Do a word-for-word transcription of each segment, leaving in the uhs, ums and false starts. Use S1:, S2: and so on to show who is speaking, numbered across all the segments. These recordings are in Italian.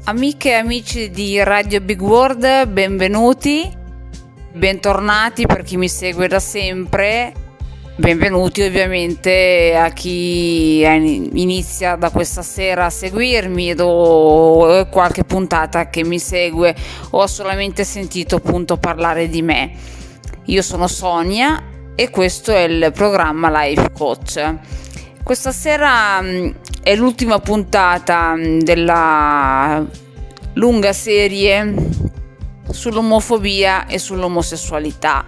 S1: Amiche e amici di Radio Big World, benvenuti, bentornati per chi mi segue da sempre, benvenuti ovviamente a chi inizia da questa sera a seguirmi o qualche puntata che mi segue o ha solamente sentito appunto parlare di me. Io sono Sonia e questo è il programma Life Coach. Questa sera è l'ultima puntata della lunga serie sull'omofobia e sull'omosessualità.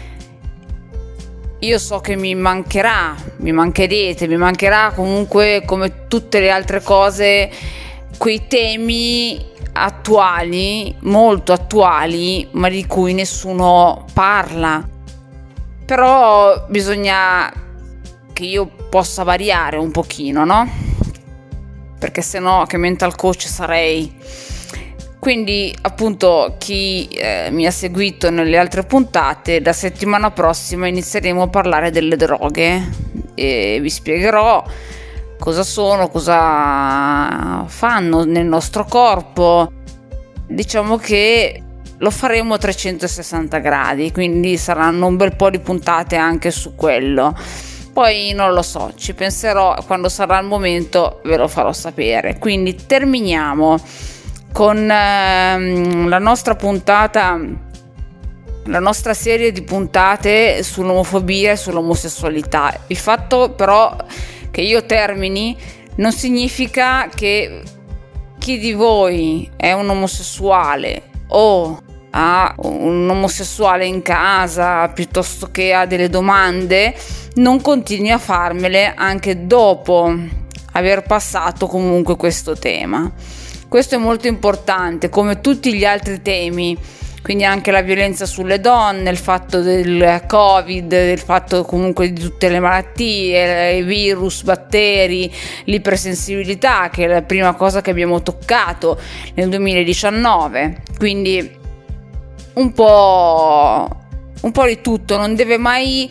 S1: Io so che mi mancherà, mi mancherete, mi mancherà comunque come tutte le altre cose quei temi attuali, molto attuali, ma di cui nessuno parla. Però bisogna che io possa variare un pochino, no? Perché sennò che mental coach sarei. Quindi appunto chi eh, mi ha seguito nelle altre puntate, la settimana prossima inizieremo a parlare delle droghe e vi spiegherò cosa sono, cosa fanno nel nostro corpo. Diciamo che lo faremo a trecentosessanta gradi, quindi saranno un bel po' di puntate anche su quello. Poi non lo so, ci penserò, quando sarà il momento ve lo farò sapere. Quindi terminiamo con ehm, la nostra puntata, la nostra serie di puntate sull'omofobia e sull'omosessualità. Il fatto però che io termini non significa che chi di voi è un omosessuale o ha un omosessuale in casa piuttosto che ha delle domande non continui a farmele anche dopo aver passato comunque questo tema. Questo è molto importante, come tutti gli altri temi, quindi anche la violenza sulle donne, il fatto del Covid, il fatto comunque di tutte le malattie, i virus, batteri, l'ipersensibilità, che è la prima cosa che abbiamo toccato nel duemiladiciannove. Quindi un po', un po' di tutto, non deve mai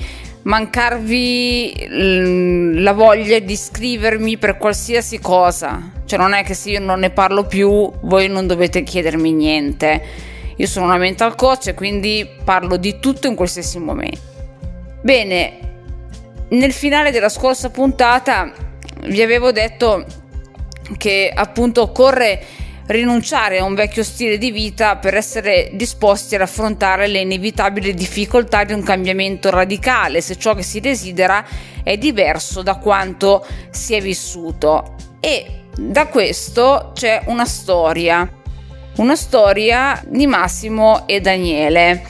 S1: mancarvi la voglia di scrivermi per qualsiasi cosa, cioè non è che se io non ne parlo più voi non dovete chiedermi niente. Io sono una mental coach e quindi parlo di tutto in qualsiasi momento. Bene, nel finale della scorsa puntata vi avevo detto che appunto occorre rinunciare a un vecchio stile di vita per essere disposti ad affrontare le inevitabili difficoltà di un cambiamento radicale se ciò che si desidera è diverso da quanto si è vissuto. E da questo c'è una storia, una storia di Massimo e Daniele.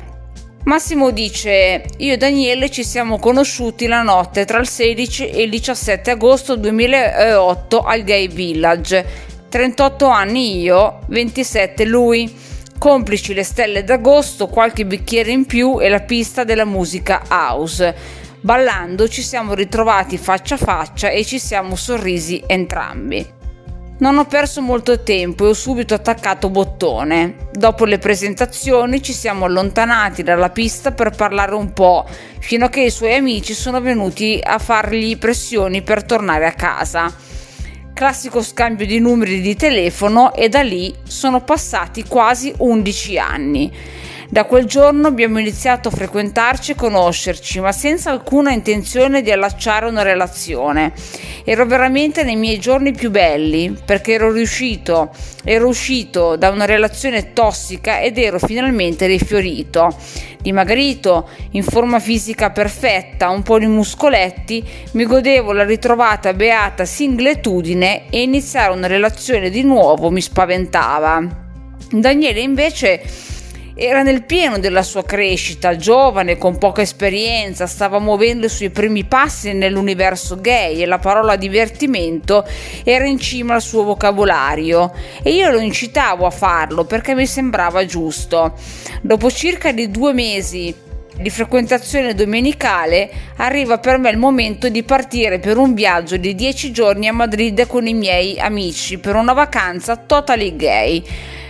S1: Massimo dice: io e Daniele ci siamo conosciuti la notte tra il sedici e il diciassette agosto duemilaotto al Gay Village. trentotto anni io, ventisette lui, complici le stelle d'agosto, qualche bicchiere in più e la pista della musica house. Ballando ci siamo ritrovati faccia a faccia e ci siamo sorrisi entrambi. Non ho perso molto tempo e ho subito attaccato bottone. Dopo le presentazioni ci siamo allontanati dalla pista per parlare un po', fino a che i suoi amici sono venuti a fargli pressioni per tornare a casa. Classico scambio di numeri di telefono e da lì sono passati quasi undici anni. Da quel giorno abbiamo iniziato a frequentarci e conoscerci, ma senza alcuna intenzione di allacciare una relazione. Ero veramente nei miei giorni più belli, perché ero riuscito, ero uscito da una relazione tossica ed ero finalmente rifiorito. Dimagrito, in forma fisica perfetta, un po' di muscoletti, mi godevo la ritrovata beata singletudine e iniziare una relazione di nuovo mi spaventava. Daniele invece era nel pieno della sua crescita, giovane, con poca esperienza, stava muovendo i suoi primi passi nell'universo gay e la parola divertimento era in cima al suo vocabolario e io lo incitavo a farlo perché mi sembrava giusto. Dopo circa di due mesi di frequentazione domenicale arriva per me il momento di partire per un viaggio di dieci giorni a Madrid con i miei amici per una vacanza totally gay.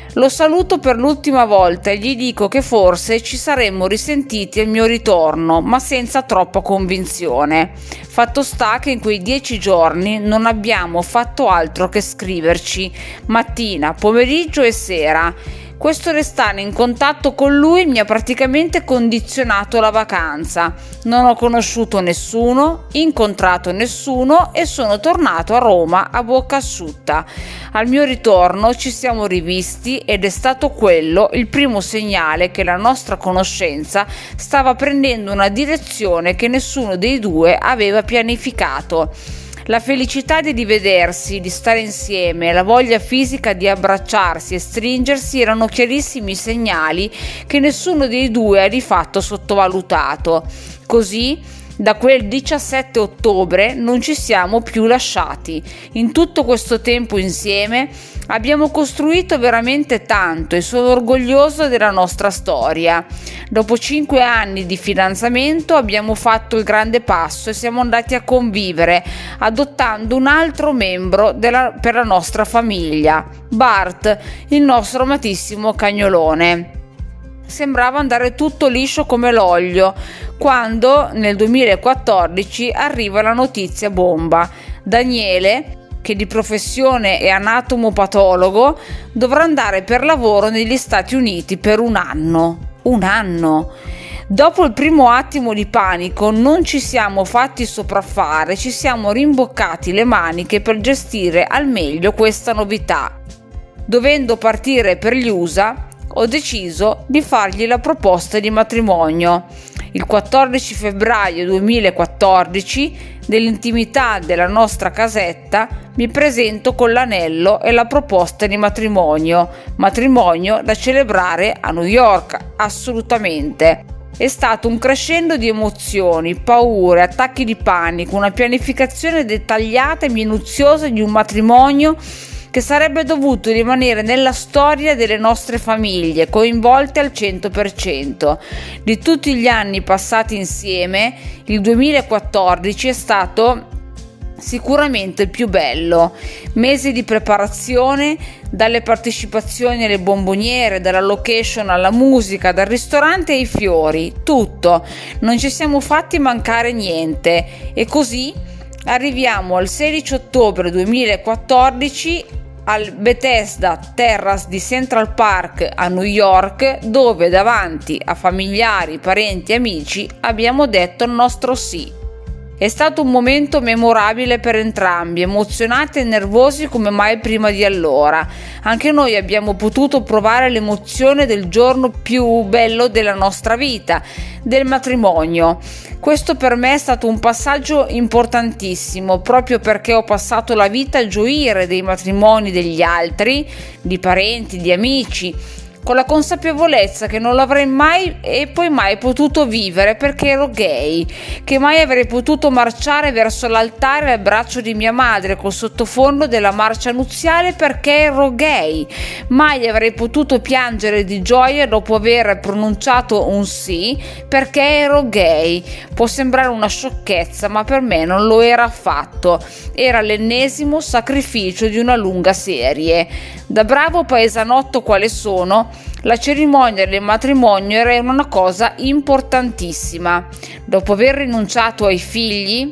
S1: Lo saluto per l'ultima volta e gli dico che forse ci saremmo risentiti al mio ritorno, ma senza troppa convinzione. Fatto sta che in quei dieci giorni non abbiamo fatto altro che scriverci, mattina, pomeriggio e sera. Questo restare in contatto con lui mi ha praticamente condizionato la vacanza. Non ho conosciuto nessuno, incontrato nessuno e sono tornato a Roma a bocca asciutta. Al mio ritorno ci siamo rivisti ed è stato quello il primo segnale che la nostra conoscenza stava prendendo una direzione che nessuno dei due aveva pianificato. La felicità di rivedersi, di stare insieme, la voglia fisica di abbracciarsi e stringersi erano chiarissimi segnali che nessuno dei due ha di fatto sottovalutato. Così, da quel diciassette ottobre non ci siamo più lasciati. In tutto questo tempo insieme abbiamo costruito veramente tanto e sono orgoglioso della nostra storia. Dopo cinque anni di fidanzamento abbiamo fatto il grande passo e siamo andati a convivere, adottando un altro membro della, per la nostra famiglia, Bart, il nostro amatissimo cagnolone. Sembrava andare tutto liscio come l'olio, quando nel duemilaquattordici arriva la notizia bomba. Daniele, che di professione è anatomopatologo, dovrà andare per lavoro negli Stati Uniti per un anno. Un anno! Dopo il primo attimo di panico non ci siamo fatti sopraffare, ci siamo rimboccati le maniche per gestire al meglio questa novità. Dovendo partire per gli U S A, ho deciso di fargli la proposta di matrimonio. Il quattordici febbraio duemilaquattordici, nell'intimità della nostra casetta, mi presento con l'anello e la proposta di matrimonio, matrimonio da celebrare a New York, assolutamente. È stato un crescendo di emozioni, paure, attacchi di panico, una pianificazione dettagliata e minuziosa di un matrimonio che sarebbe dovuto rimanere nella storia delle nostre famiglie, coinvolte al cento per cento. Di tutti gli anni passati insieme, il duemilaquattordici è stato sicuramente il più bello. Mesi di preparazione, dalle partecipazioni alle bomboniere, dalla location alla musica, dal ristorante ai fiori, tutto. Non ci siamo fatti mancare niente e così arriviamo al sedici ottobre duemilaquattordici al Bethesda Terrace di Central Park a New York, dove davanti a familiari, parenti e amici abbiamo detto il nostro sì. È stato un momento memorabile per entrambi, emozionati e nervosi come mai prima di allora. Anche noi abbiamo potuto provare l'emozione del giorno più bello della nostra vita, del matrimonio. Questo per me è stato un passaggio importantissimo, proprio perché ho passato la vita a gioire dei matrimoni degli altri, di parenti, di amici, con la consapevolezza che non l'avrei mai e poi mai potuto vivere perché ero gay, che mai avrei potuto marciare verso l'altare al braccio di mia madre col sottofondo della marcia nuziale perché ero gay, mai avrei potuto piangere di gioia dopo aver pronunciato un sì perché ero gay. Può sembrare una sciocchezza, ma per me non lo era affatto, era l'ennesimo sacrificio di una lunga serie. Da bravo paesanotto quale sono, la cerimonia del matrimonio era una cosa importantissima. Dopo aver rinunciato ai figli,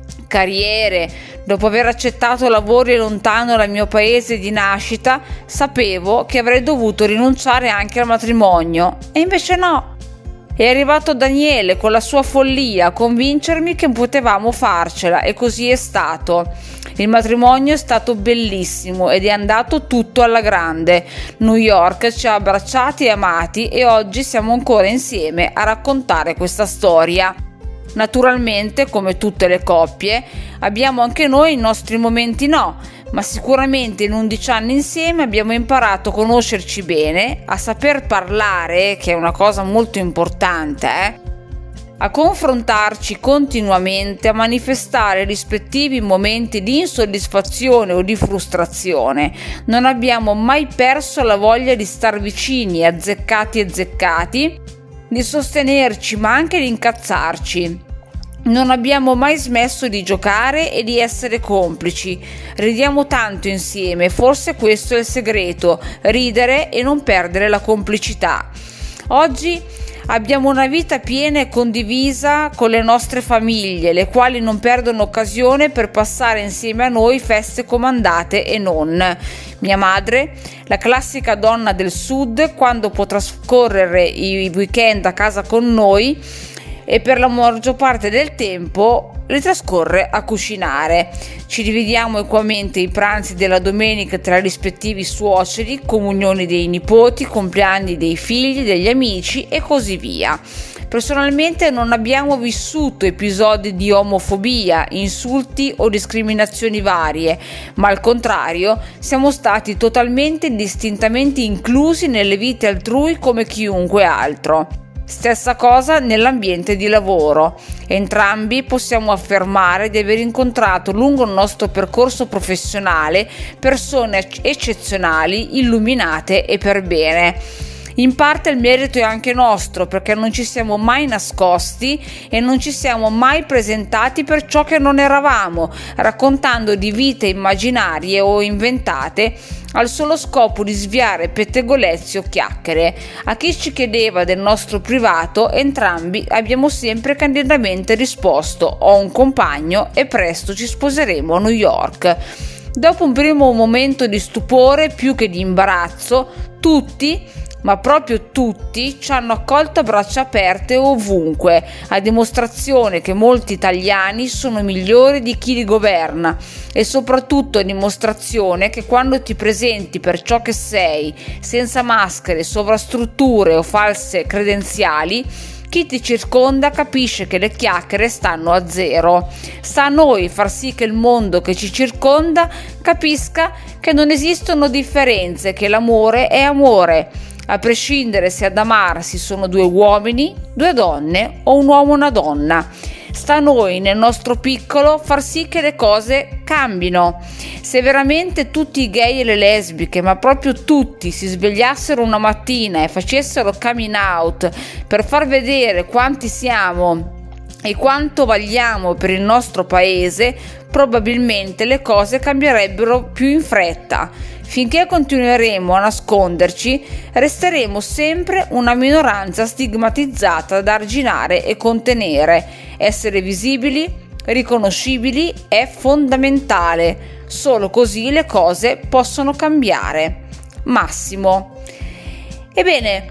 S1: carriere, dopo aver accettato lavori lontano dal mio paese di nascita, sapevo che avrei dovuto rinunciare anche al matrimonio. E invece no. È arrivato Daniele con la sua follia a convincermi che potevamo farcela e così è stato. Il matrimonio è stato bellissimo ed è andato tutto alla grande. New York ci ha abbracciati e amati e oggi siamo ancora insieme a raccontare questa storia. Naturalmente, come tutte le coppie, abbiamo anche noi i nostri momenti no, ma sicuramente in undici anni insieme abbiamo imparato a conoscerci bene, a saper parlare, che è una cosa molto importante, eh? a confrontarci continuamente, a manifestare rispettivi momenti di insoddisfazione o di frustrazione. Non abbiamo mai perso la voglia di star vicini, azzeccati e zeccati, di sostenerci ma anche di incazzarci. Non abbiamo mai smesso di giocare e di essere complici. Ridiamo tanto insieme, forse questo è il segreto, ridere e non perdere la complicità. Oggi abbiamo una vita piena e condivisa con le nostre famiglie, le quali non perdono occasione per passare insieme a noi feste comandate e non. Mia madre, la classica donna del sud, quando può trascorrere i weekend a casa con noi, e per la maggior parte del tempo li trascorre a cucinare. Ci dividiamo equamente i pranzi della domenica tra i rispettivi suoceri, comunioni dei nipoti, compleanni dei figli, degli amici e così via. Personalmente non abbiamo vissuto episodi di omofobia, insulti o discriminazioni varie, ma al contrario siamo stati totalmente e distintamente inclusi nelle vite altrui come chiunque altro. Stessa cosa nell'ambiente di lavoro. Entrambi possiamo affermare di aver incontrato lungo il nostro percorso professionale persone eccezionali, illuminate e per bene. In parte il merito è anche nostro, perché non ci siamo mai nascosti e non ci siamo mai presentati per ciò che non eravamo, raccontando di vite immaginarie o inventate al solo scopo di sviare pettegolezzi o chiacchiere. A chi ci chiedeva del nostro privato, entrambi abbiamo sempre candidamente risposto: ho un compagno e presto ci sposeremo a New York. Dopo un primo momento di stupore più che di imbarazzo, tutti, ma proprio tutti, ci hanno accolto a braccia aperte ovunque, a dimostrazione che molti italiani sono migliori di chi li governa, e soprattutto a dimostrazione che quando ti presenti per ciò che sei, senza maschere, sovrastrutture o false credenziali, chi ti circonda capisce che le chiacchiere stanno a zero. Sta a noi far sì che il mondo che ci circonda capisca che non esistono differenze, che l'amore è amore, a prescindere se ad amarsi sono due uomini, due donne o un uomo e una donna. Sta a noi, nel nostro piccolo, far sì che le cose cambino. Se veramente tutti i gay e le lesbiche, ma proprio tutti, si svegliassero una mattina e facessero coming out per far vedere quanti siamo e quanto valiamo per il nostro paese, probabilmente le cose cambierebbero più in fretta. Finché continueremo a nasconderci, resteremo sempre una minoranza stigmatizzata da arginare e contenere. Essere visibili, riconoscibili è fondamentale. Solo così le cose possono cambiare. Massimo. Ebbene,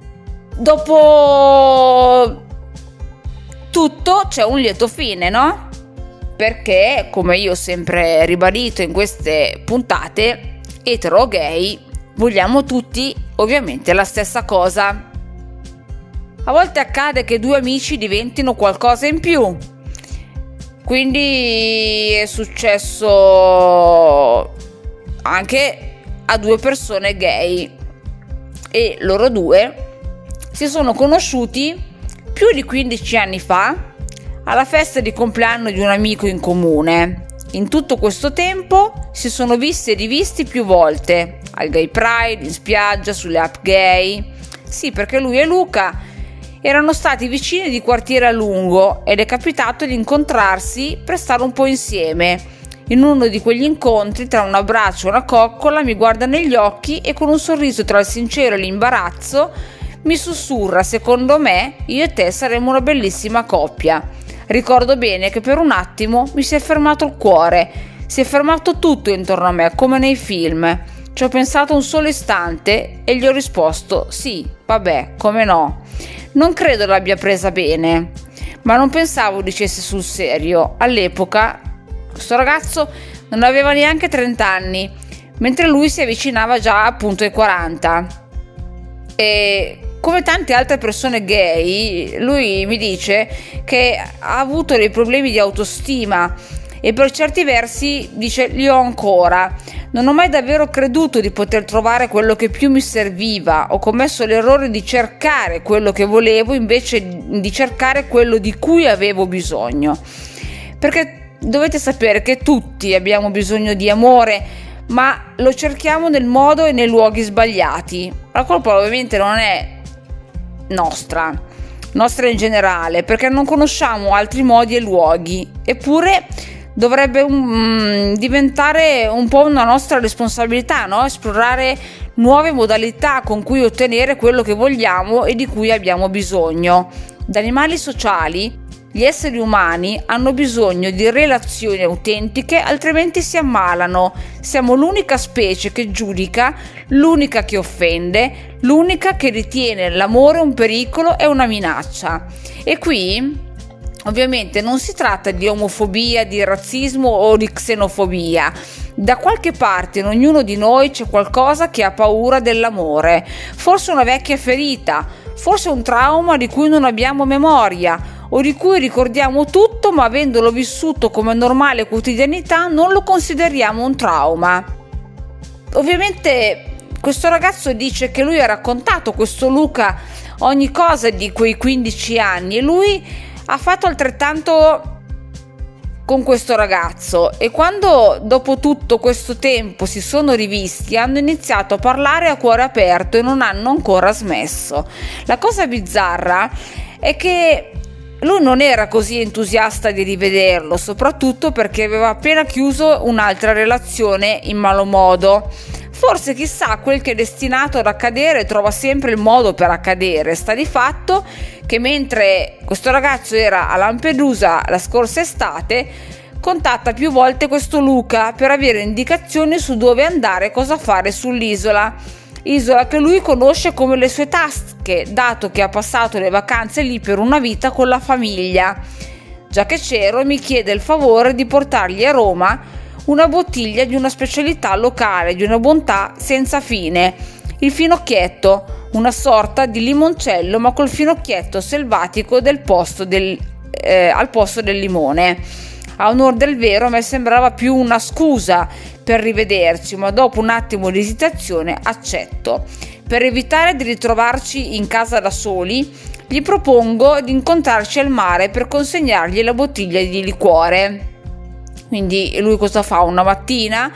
S1: dopo tutto c'è un lieto fine, no? Perché, come io ho sempre ribadito in queste puntate, etero o gay, vogliamo tutti ovviamente la stessa cosa. A volte accade che due amici diventino qualcosa in più, quindi è successo anche a due persone gay, e loro due si sono conosciuti più di quindici anni fa alla festa di compleanno di un amico in comune. In tutto questo tempo si sono visti e rivisti più volte, al Gay Pride, in spiaggia, sulle app gay. Sì, perché lui e Luca erano stati vicini di quartiere a lungo ed è capitato di incontrarsi per stare un po' insieme. In uno di quegli incontri, tra un abbraccio e una coccola, mi guarda negli occhi e con un sorriso tra il sincero e l'imbarazzo mi sussurra: secondo me io e te saremmo una bellissima coppia. Ricordo bene che per un attimo mi si è fermato il cuore, si è fermato tutto intorno a me, come nei film. Ci ho pensato un solo istante e gli ho risposto: sì, vabbè, come no. Non credo l'abbia presa bene, ma non pensavo dicesse sul serio. All'epoca questo ragazzo non aveva neanche trenta anni, mentre lui si avvicinava già appunto ai quaranta. E come tante altre persone gay, lui mi dice che ha avuto dei problemi di autostima e per certi versi dice: li ho ancora. Non ho mai davvero creduto di poter trovare quello che più mi serviva. Ho commesso l'errore di cercare quello che volevo invece di cercare quello di cui avevo bisogno. Perché dovete sapere che tutti abbiamo bisogno di amore, ma lo cerchiamo nel modo e nei luoghi sbagliati. La colpa ovviamente non è nostra, nostra in generale, perché non conosciamo altri modi e luoghi. Eppure dovrebbe um, diventare un po' una nostra responsabilità, no? Esplorare nuove modalità con cui ottenere quello che vogliamo e di cui abbiamo bisogno. Da animali sociali, gli esseri umani hanno bisogno di relazioni autentiche, altrimenti si ammalano. Siamo l'unica specie che giudica, l'unica che offende, l'unica che ritiene l'amore un pericolo e una minaccia. E qui ovviamente non si tratta di omofobia, di razzismo o di xenofobia. Da qualche parte in ognuno di noi c'è qualcosa che ha paura dell'amore, forse una vecchia ferita, forse un trauma di cui non abbiamo memoria o di cui ricordiamo tutto, ma avendolo vissuto come normale quotidianità non lo consideriamo un trauma. Ovviamente questo ragazzo dice che lui ha raccontato a questo Luca ogni cosa di quei quindici anni e lui ha fatto altrettanto con questo ragazzo, e quando dopo tutto questo tempo si sono rivisti hanno iniziato a parlare a cuore aperto e non hanno ancora smesso. La cosa bizzarra è che lui non era così entusiasta di rivederlo, soprattutto perché aveva appena chiuso un'altra relazione in malo modo. Forse, chissà, quel che è destinato ad accadere trova sempre il modo per accadere. Sta di fatto che mentre questo ragazzo era a Lampedusa la scorsa estate, contatta più volte questo Luca per avere indicazioni su dove andare e cosa fare sull'isola. Isola che lui conosce come le sue tasche, dato che ha passato le vacanze lì per una vita con la famiglia. Già che c'ero, mi chiede il favore di portargli a Roma una bottiglia di una specialità locale, di una bontà senza fine, il finocchietto, una sorta di limoncello ma col finocchietto selvatico del posto del, eh, al posto del limone. A onor del vero, a me sembrava più una scusa per rivederci, ma dopo un attimo di esitazione accetto. Per evitare di ritrovarci in casa da soli, gli propongo di incontrarci al mare per consegnargli la bottiglia di liquore. Quindi lui cosa fa? Una mattina,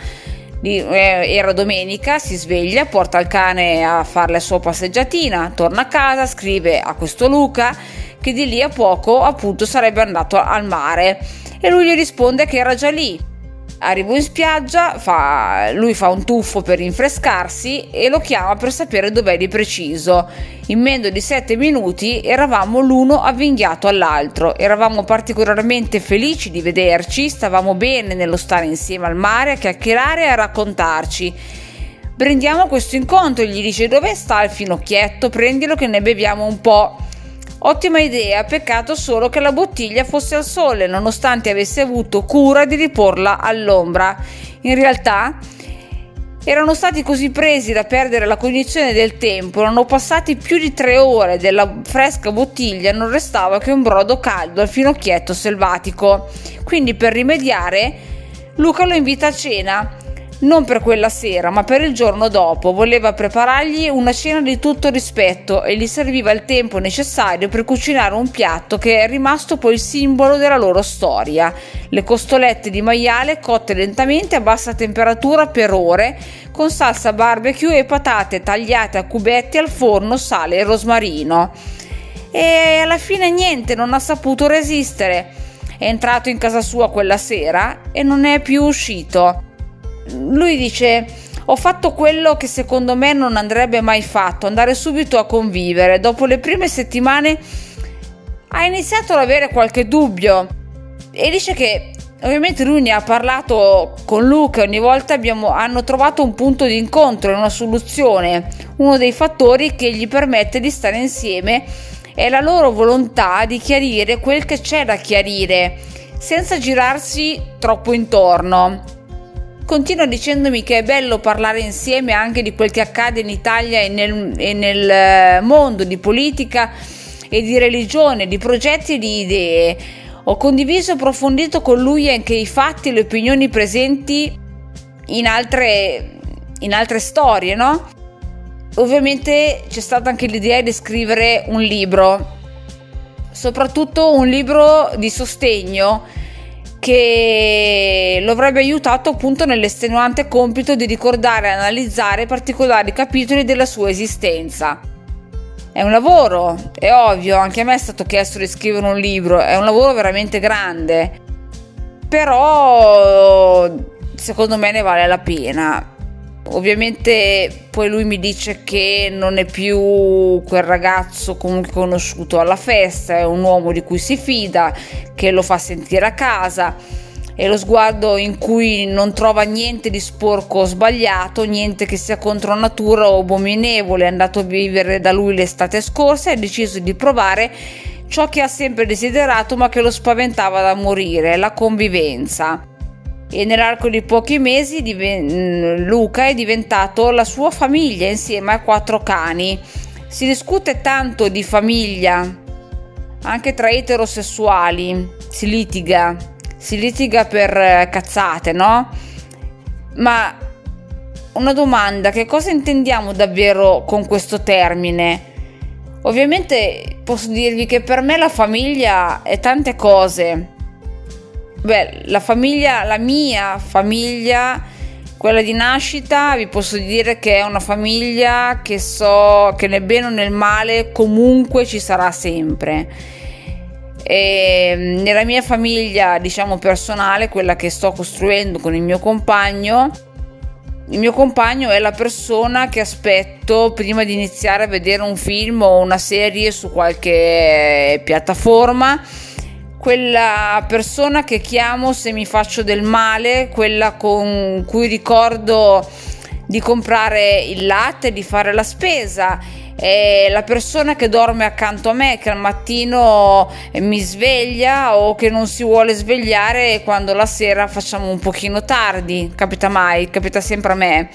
S1: era domenica, si sveglia, porta il cane a fare la sua passeggiatina, torna a casa, scrive a questo Luca che di lì a poco appunto sarebbe andato al mare e lui gli risponde che era già lì. Arrivo in spiaggia, fa, lui fa un tuffo per rinfrescarsi e lo chiama per sapere dov'è di preciso. In meno di sette minuti eravamo l'uno avvinghiato all'altro, eravamo particolarmente felici di vederci, stavamo bene nello stare insieme al mare, a chiacchierare e a raccontarci. Brindiamo a questo incontro, gli dice: dove sta il finocchietto? Prendilo che ne beviamo un po'. Ottima idea, peccato solo che la bottiglia fosse al sole, nonostante avesse avuto cura di riporla all'ombra. In realtà erano stati così presi da perdere la cognizione del tempo, erano passati più di tre ore, della fresca bottiglia non restava che un brodo caldo al finocchietto selvatico. Quindi, per rimediare, Luca lo invita a cena. Non per quella sera, ma per il giorno dopo. Voleva preparargli una cena di tutto rispetto e gli serviva il tempo necessario per cucinare un piatto che è rimasto poi il simbolo della loro storia: le costolette di maiale cotte lentamente a bassa temperatura per ore, con salsa barbecue e patate tagliate a cubetti al forno, sale e rosmarino. E alla fine niente, non ha saputo resistere. È entrato in casa sua quella sera e non è più uscito. Lui dice: ho fatto quello che secondo me non andrebbe mai fatto, andare subito a convivere. Dopo le prime settimane ha iniziato ad avere qualche dubbio e dice che ovviamente lui ne ha parlato con Luca, ogni volta abbiamo, hanno trovato un punto di incontro, una soluzione. Uno dei fattori che gli permette di stare insieme è la loro volontà di chiarire quel che c'è da chiarire senza girarsi troppo intorno. Continua dicendomi che è bello parlare insieme anche di quel che accade in Italia e nel, e nel mondo di politica e di religione, di progetti e di idee. Ho condiviso e approfondito con lui anche i fatti e le opinioni presenti in altre, in altre storie, no? Ovviamente c'è stata anche l'idea di scrivere un libro, soprattutto un libro di sostegno che lo avrebbe aiutato appunto nell'estenuante compito di ricordare e analizzare particolari capitoli della sua esistenza. È un lavoro, è ovvio, anche a me è stato chiesto di scrivere un libro, è un lavoro veramente grande, però secondo me ne vale la pena. Ovviamente poi lui mi dice che non è più quel ragazzo comunque conosciuto alla festa, è un uomo di cui si fida, che lo fa sentire a casa, e lo sguardo in cui non trova niente di sporco o sbagliato, niente che sia contro natura o abominevole. È andato a vivere da lui l'estate scorsa e ha deciso di provare ciò che ha sempre desiderato ma che lo spaventava da morire, la convivenza. E nell'arco di pochi mesi diven- Luca è diventato la sua famiglia insieme a quattro cani. Si discute tanto di famiglia, anche tra eterosessuali, si litiga, si litiga per cazzate, no? Ma una domanda, che cosa intendiamo davvero con questo termine? Ovviamente posso dirvi che per me la famiglia è tante cose. Beh, la famiglia, la mia famiglia, quella di nascita, vi posso dire che è una famiglia che so che nel bene o nel male comunque ci sarà sempre. E nella mia famiglia, diciamo personale, quella che sto costruendo con il mio compagno, il mio compagno è la persona che aspetto prima di iniziare a vedere un film o una serie su qualche piattaforma. Quella persona che chiamo se mi faccio del male, quella con cui ricordo di comprare il latte, di fare la spesa, è la persona che dorme accanto a me, che al mattino mi sveglia o che non si vuole svegliare quando la sera facciamo un pochino tardi. Capita mai, capita sempre a me.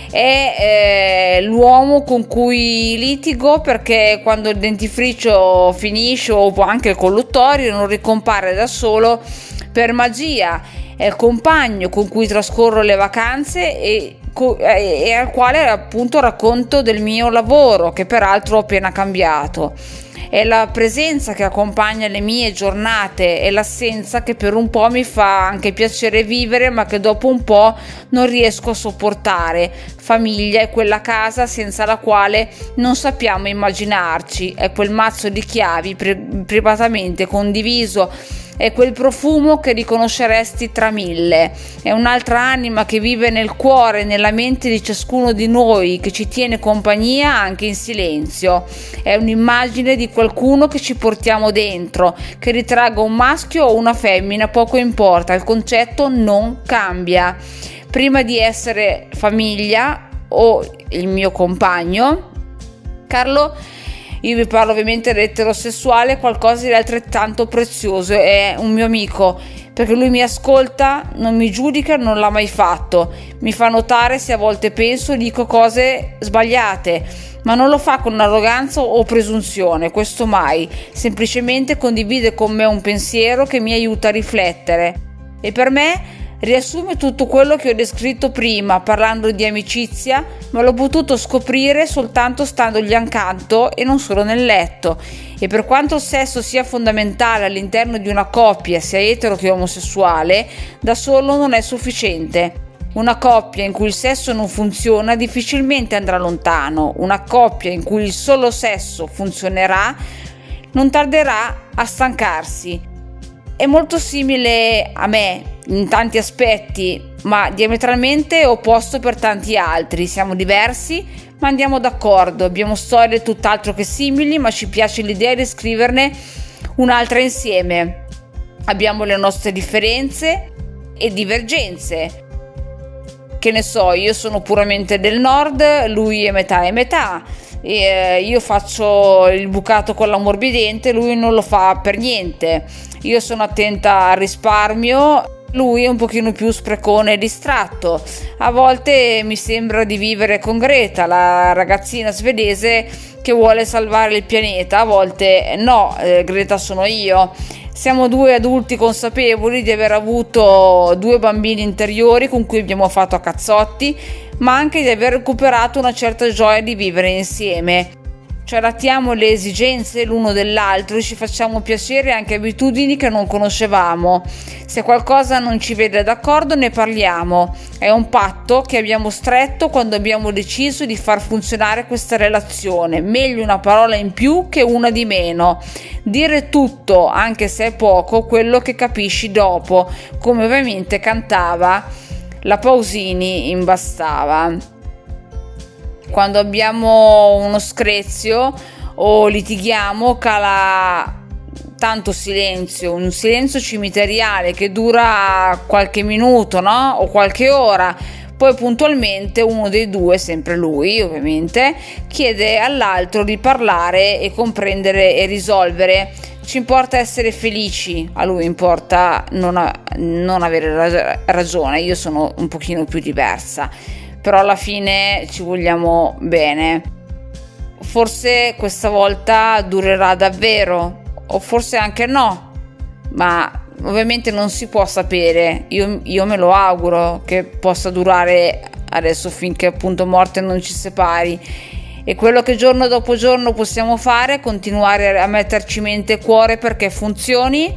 S1: È eh, l'uomo con cui litigo perché quando il dentifricio finisce o anche il colluttorio non ricompare da solo per magia. È il compagno con cui trascorro le vacanze e, e, e al quale appunto racconto del mio lavoro, che peraltro ho appena cambiato. È la presenza che accompagna le mie giornate e l'assenza che per un po' mi fa anche piacere vivere, ma che dopo un po' non riesco a sopportare. Famiglia è quella casa senza la quale non sappiamo immaginarci, è quel mazzo di chiavi pri- privatamente condiviso, è quel profumo che riconosceresti tra mille, è un'altra anima che vive nel cuore e nella mente di ciascuno di noi, che ci tiene compagnia anche in silenzio, è un'immagine di qualcuno che ci portiamo dentro, che ritragga un maschio o una femmina, poco importa, il concetto non cambia. Prima di essere famiglia o il mio compagno, Carlo, io vi parlo ovviamente dell'eterosessuale, qualcosa di altrettanto prezioso, è un mio amico, perché lui mi ascolta, non mi giudica, non l'ha mai fatto, mi fa notare se a volte penso e dico cose sbagliate, ma non lo fa con arroganza o presunzione, questo mai, semplicemente condivide con me un pensiero che mi aiuta a riflettere, e per me riassume tutto quello che ho descritto prima parlando di amicizia, ma l'ho potuto scoprire soltanto standogli accanto e non solo nel letto. E per quanto il sesso sia fondamentale all'interno di una coppia, sia etero che omosessuale, da solo non è sufficiente. Una coppia in cui il sesso non funziona difficilmente andrà lontano. Una coppia in cui il solo sesso funzionerà non tarderà a stancarsi. È molto simile a me in tanti aspetti, ma diametralmente opposto per tanti altri. Siamo diversi, ma andiamo d'accordo. Abbiamo storie tutt'altro che simili, ma ci piace l'idea di scriverne un'altra insieme. Abbiamo le nostre differenze e divergenze. Che ne so, io sono puramente del nord, lui è metà e metà. E io faccio il bucato con l'ammorbidente, lui non lo fa per niente. Io sono attenta al risparmio, lui è un pochino più sprecone e distratto. A volte mi sembra di vivere con Greta, la ragazzina svedese che vuole salvare il pianeta. A volte no, eh, Greta sono io. Siamo due adulti consapevoli di aver avuto due bambini interiori con cui abbiamo fatto a cazzotti, ma anche di aver recuperato una certa gioia di vivere insieme. ci adattiamo alle esigenze l'uno dell'altro e ci facciamo piacere anche abitudini che non conoscevamo. Se qualcosa non ci vede d'accordo ne parliamo. È un patto che abbiamo stretto quando abbiamo deciso di far funzionare questa relazione. Meglio una parola in più che una di meno. Dire tutto, anche se è poco, quello che capisci dopo, come ovviamente cantava la Pausini in Bastava. Quando abbiamo uno screzio o litighiamo cala tanto silenzio, un silenzio cimiteriale che dura qualche minuto, no? O qualche ora. Poi puntualmente uno dei due, sempre lui ovviamente, chiede all'altro di parlare e comprendere e risolvere. Ci importa essere felici, a lui importa non, a, non avere ragione. Io sono un pochino più diversa, però alla fine ci vogliamo bene. Forse questa volta durerà davvero, o forse anche no, ma ovviamente non si può sapere. Io, io me lo auguro che possa durare adesso finché appunto morte non ci separi. E quello che giorno dopo giorno possiamo fare è continuare a metterci mente e cuore perché funzioni,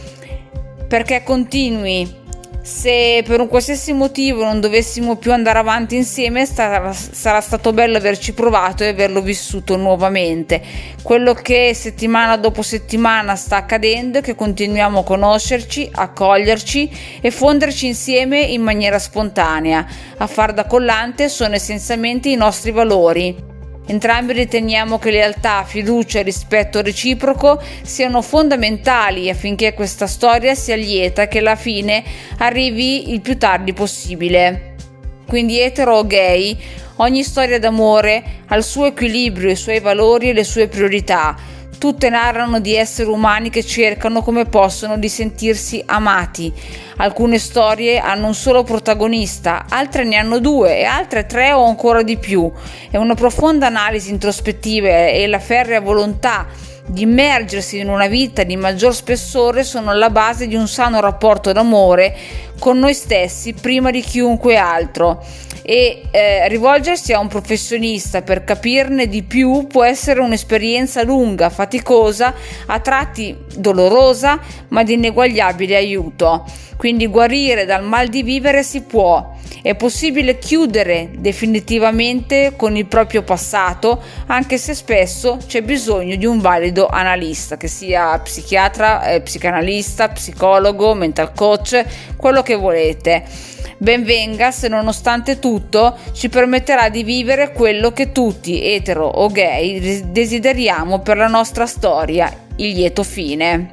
S1: perché continui. Se per un qualsiasi motivo non dovessimo più andare avanti insieme, sarà, sarà stato bello averci provato e averlo vissuto nuovamente. Quello che settimana dopo settimana sta accadendo è che continuiamo a conoscerci, a coglierci e fonderci insieme in maniera spontanea. A far da collante sono essenzialmente i nostri valori. Entrambi riteniamo che lealtà, fiducia e rispetto reciproco siano fondamentali affinché questa storia sia lieta e che alla fine arrivi il più tardi possibile. Quindi etero o gay, ogni storia d'amore ha il suo equilibrio, i suoi valori e le sue priorità. Tutte narrano di esseri umani che cercano come possono di sentirsi amati. Alcune storie hanno un solo protagonista, altre ne hanno due e altre tre o ancora di più. È una profonda analisi introspettiva e la ferrea volontà di immergersi in una vita di maggior spessore sono alla base di un sano rapporto d'amore con noi stessi prima di chiunque altro. E eh, rivolgersi a un professionista per capirne di più può essere un'esperienza lunga, faticosa, a tratti dolorosa, ma di ineguagliabile aiuto. Quindi guarire dal mal di vivere si può. È possibile chiudere definitivamente con il proprio passato, anche se spesso c'è bisogno di un valido analista, che sia psichiatra, eh, psicanalista, psicologo, mental coach, quello che volete. Ben venga se nonostante tutto ci permetterà di vivere quello che tutti, etero o gay, desideriamo per la nostra storia, il lieto fine.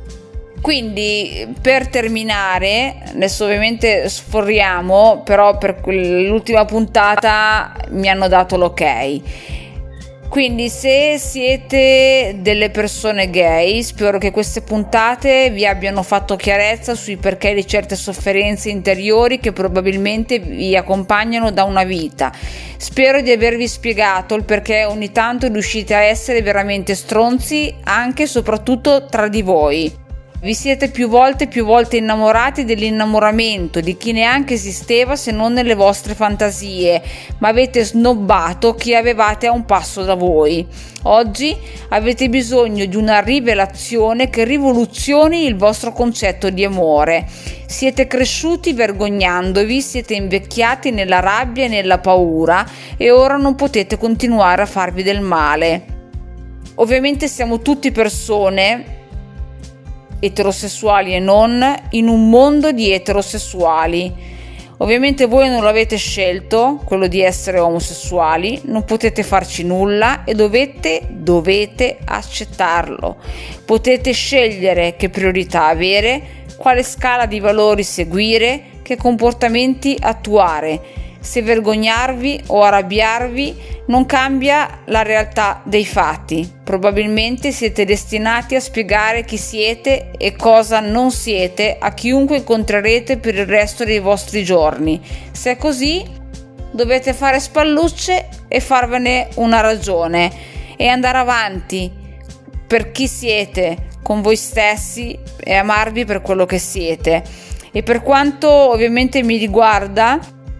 S1: Quindi per terminare, adesso ovviamente sforriamo, però per l'ultima puntata mi hanno dato l'ok. Quindi se siete delle persone gay, spero che queste puntate vi abbiano fatto chiarezza sui perché di certe sofferenze interiori che probabilmente vi accompagnano da una vita. Spero di avervi spiegato il perché ogni tanto riuscite a essere veramente stronzi anche e soprattutto tra di voi. Vi siete più volte più volte innamorati dell'innamoramento, di chi neanche esisteva se non nelle vostre fantasie, ma avete snobbato chi avevate a un passo da voi. Oggi avete bisogno di una rivelazione che rivoluzioni il vostro concetto di amore. Siete cresciuti vergognandovi, siete invecchiati nella rabbia e nella paura e ora non potete continuare a farvi del male. Ovviamente siamo tutti persone eterosessuali e non, in un mondo di eterosessuali. Ovviamente voi non l'avete scelto, quello di essere omosessuali, non potete farci nulla e dovete, dovete accettarlo. Potete scegliere che priorità avere, quale scala di valori seguire, che comportamenti attuare. Se vergognarvi o arrabbiarvi non cambia la realtà dei fatti. Probabilmente siete destinati a spiegare chi siete e cosa non siete a chiunque incontrerete per il resto dei vostri giorni. Se è così, dovete fare spallucce e farvene una ragione e andare avanti per chi siete, con voi stessi, e amarvi per quello che siete. E per quanto ovviamente mi riguarda,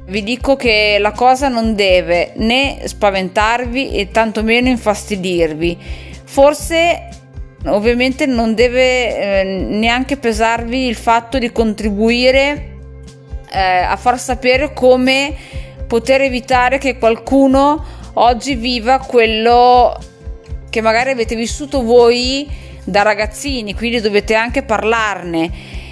S1: vi dico che la cosa non deve né spaventarvi e tantomeno infastidirvi. Forse ovviamente non deve eh, neanche pesarvi il fatto di contribuire eh, a far sapere come poter evitare che qualcuno oggi viva quello che magari avete vissuto voi da ragazzini, quindi dovete anche parlarne.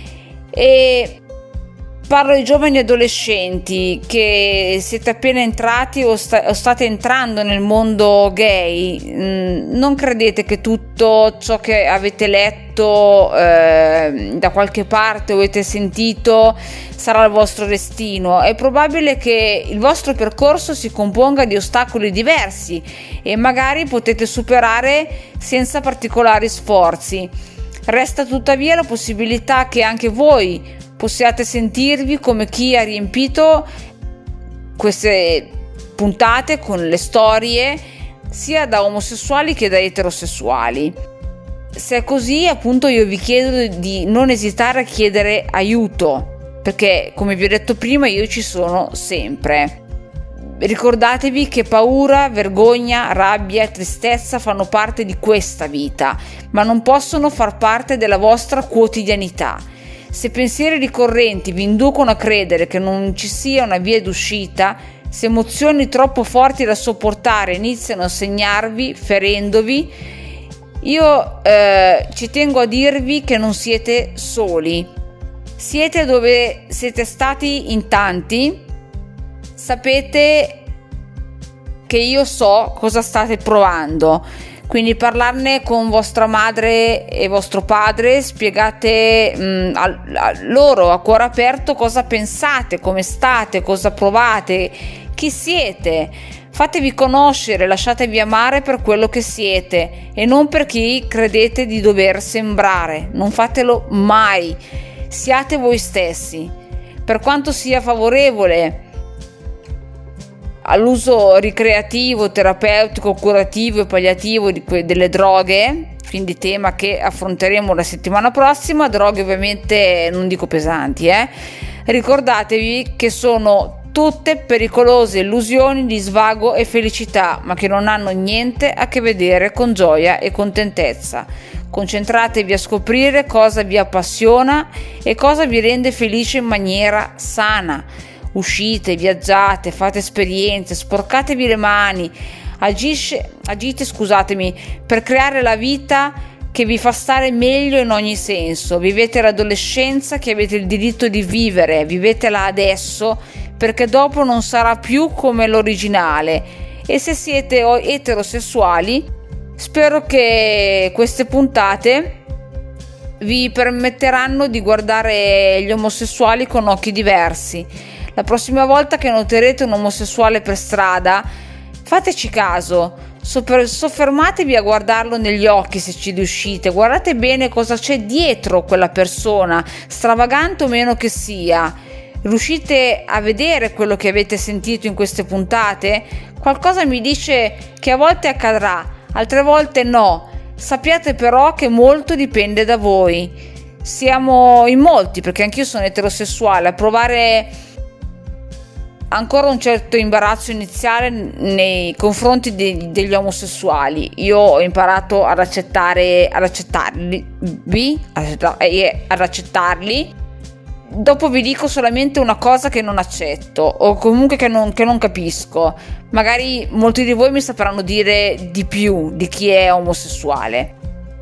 S1: E parlo ai giovani adolescenti che siete appena entrati o, sta- o state entrando nel mondo gay. Mm, non credete che tutto ciò che avete letto eh, da qualche parte o avete sentito sarà il vostro destino. È probabile che il vostro percorso si componga di ostacoli diversi e magari potete superare senza particolari sforzi. Resta tuttavia la possibilità che anche voi possiate sentirvi come chi ha riempito queste puntate con le storie sia da omosessuali che da eterosessuali. Se è così, appunto, io vi chiedo di non esitare a chiedere aiuto, perché come vi ho detto prima io ci sono sempre. Ricordatevi che paura, vergogna, rabbia e tristezza fanno parte di questa vita, ma non possono far parte della vostra quotidianità. Se pensieri ricorrenti vi inducono a credere che non ci sia una via d'uscita, se emozioni troppo forti da sopportare iniziano a segnarvi, ferendovi, io eh, ci tengo a dirvi che non siete soli. Siete dove siete stati in tanti. Sapete che io so cosa state provando. Quindi parlarne con vostra madre e vostro padre, spiegate mh, a, a loro a cuore aperto cosa pensate, come state, cosa provate, chi siete. Fatevi conoscere, lasciatevi amare per quello che siete e non per chi credete di dover sembrare. Non fatelo mai. Siate voi stessi. Per quanto sia favorevole all'uso ricreativo, terapeutico, curativo e palliativo di que- delle droghe, quindi tema che affronteremo la settimana prossima, droghe ovviamente non dico pesanti, eh? Ricordatevi che sono tutte pericolose illusioni di svago e felicità, ma che non hanno niente a che vedere con gioia e contentezza. Concentratevi a scoprire cosa vi appassiona e cosa vi rende felice in maniera sana. Uscite, viaggiate, fate esperienze, sporcatevi le mani, agisce, agite, scusatemi, per creare la vita che vi fa stare meglio in ogni senso. Vivete l'adolescenza che avete il diritto di vivere, vivetela adesso, perché dopo non sarà più come l'originale. E se siete eterosessuali, spero che queste puntate vi permetteranno di guardare gli omosessuali con occhi diversi. La prossima volta che noterete un omosessuale per strada, fateci caso, soffermatevi a guardarlo negli occhi se ci riuscite, guardate bene cosa c'è dietro quella persona, stravagante o meno che sia. Riuscite a vedere quello che avete sentito in queste puntate? Qualcosa mi dice che a volte accadrà, altre volte no. Sappiate però che molto dipende da voi. Siamo in molti, perché anch'io sono eterosessuale, a provare ancora un certo imbarazzo iniziale nei confronti de- degli omosessuali. Io ho imparato ad accettare ad accettarli vi, ad accettarli. Dopo vi dico solamente una cosa che non accetto o comunque che non, che non capisco. Magari molti di voi mi sapranno dire di più di chi è omosessuale.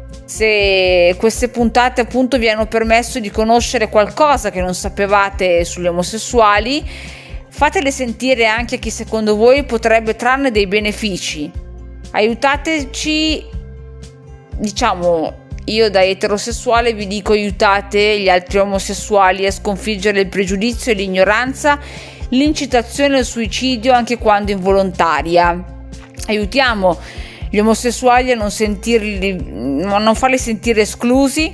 S1: Se queste puntate appunto vi hanno permesso di conoscere qualcosa che non sapevate sugli omosessuali, fatele sentire anche a chi secondo voi potrebbe trarne dei benefici. Aiutateci, diciamo, io da eterosessuale vi dico aiutate gli altri omosessuali a sconfiggere il pregiudizio e l'ignoranza, l'incitazione al suicidio anche quando involontaria. Aiutiamo gli omosessuali a non sentirli, a non farli sentire esclusi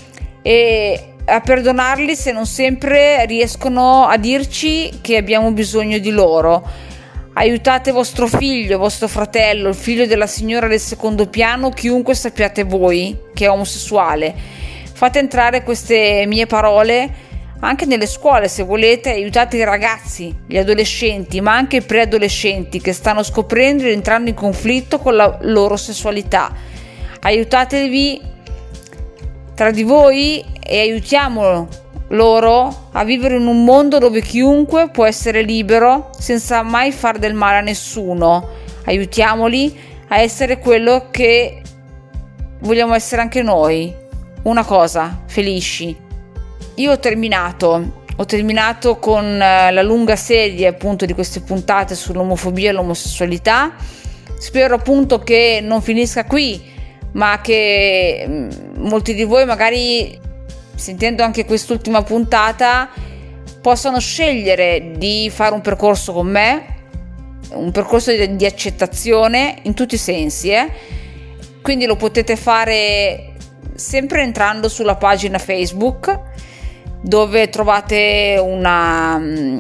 S1: e a perdonarli se non sempre riescono a dirci che abbiamo bisogno di loro. Aiutate vostro figlio, vostro fratello, il figlio della signora del secondo piano, chiunque sappiate voi che è omosessuale. Fate entrare queste mie parole anche nelle scuole, se volete, aiutate i ragazzi, gli adolescenti, ma anche i preadolescenti che stanno scoprendo ed entrando in conflitto con la loro sessualità. Aiutatevi tra di voi e aiutiamo loro a vivere in un mondo dove chiunque può essere libero senza mai far del male a nessuno. Aiutiamoli a essere quello che vogliamo essere anche noi, una cosa, felici. Io ho terminato, ho terminato con la lunga serie appunto di queste puntate sull'omofobia e l'omosessualità. Spero appunto che non finisca qui, ma che molti di voi magari, sentendo anche quest'ultima puntata, possano scegliere di fare un percorso con me, un percorso di, di accettazione in tutti i sensi, eh? Quindi lo potete fare sempre entrando sulla pagina Facebook, dove trovate una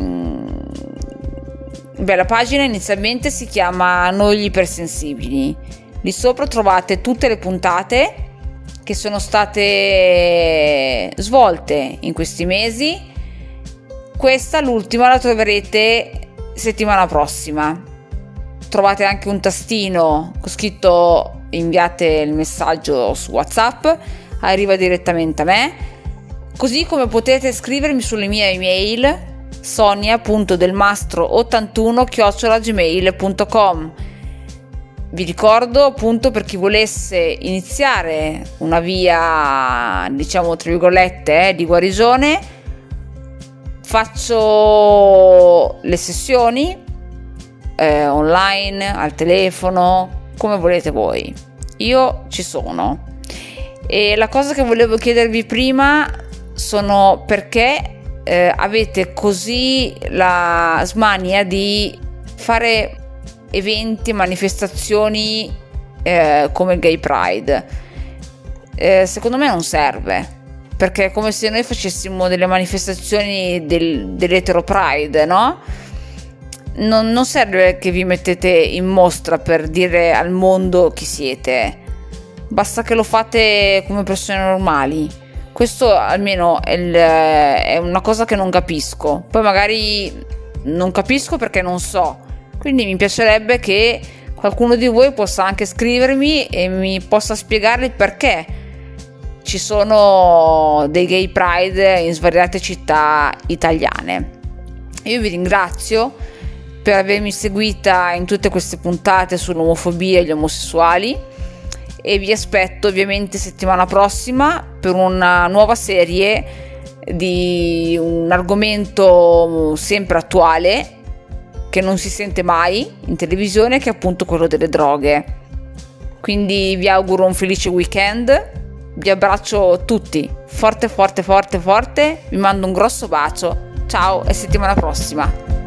S1: beh, la pagina inizialmente si chiama Noi gli ipersensibili. Lì sopra trovate tutte le puntate che sono state svolte in questi mesi. Questa, l'ultima, la troverete settimana prossima. Trovate anche un tastino con scritto inviate il messaggio su WhatsApp, arriva direttamente a me, così come potete scrivermi sulle mie email sonia punto delmastro ottantuno chiocciola gmail punto com. Vi ricordo appunto, per chi volesse iniziare una via, diciamo tra virgolette, eh, di guarigione, faccio le sessioni eh, online, al telefono, come volete voi. Io ci sono. E la cosa che volevo chiedervi prima sono perché eh, avete così la smania di fare eventi, manifestazioni eh, come il Gay Pride. Eh, secondo me non serve, perché è come se noi facessimo delle manifestazioni del, dell'Hetero Pride, no? Non, non serve che vi mettete in mostra per dire al mondo chi siete, basta che lo fate come persone normali. Questo almeno è, il, è una cosa che non capisco. Poi magari non capisco perché non so, quindi mi piacerebbe che qualcuno di voi possa anche scrivermi e mi possa spiegare il perché ci sono dei Gay Pride in svariate città italiane. Io vi ringrazio per avermi seguita in tutte queste puntate sull'omofobia e gli omosessuali e vi aspetto ovviamente settimana prossima per una nuova serie di un argomento sempre attuale che non si sente mai in televisione, che è appunto quello delle droghe. Quindi vi auguro un felice weekend, vi abbraccio tutti forte forte forte forte, vi mando un grosso bacio, ciao e settimana prossima.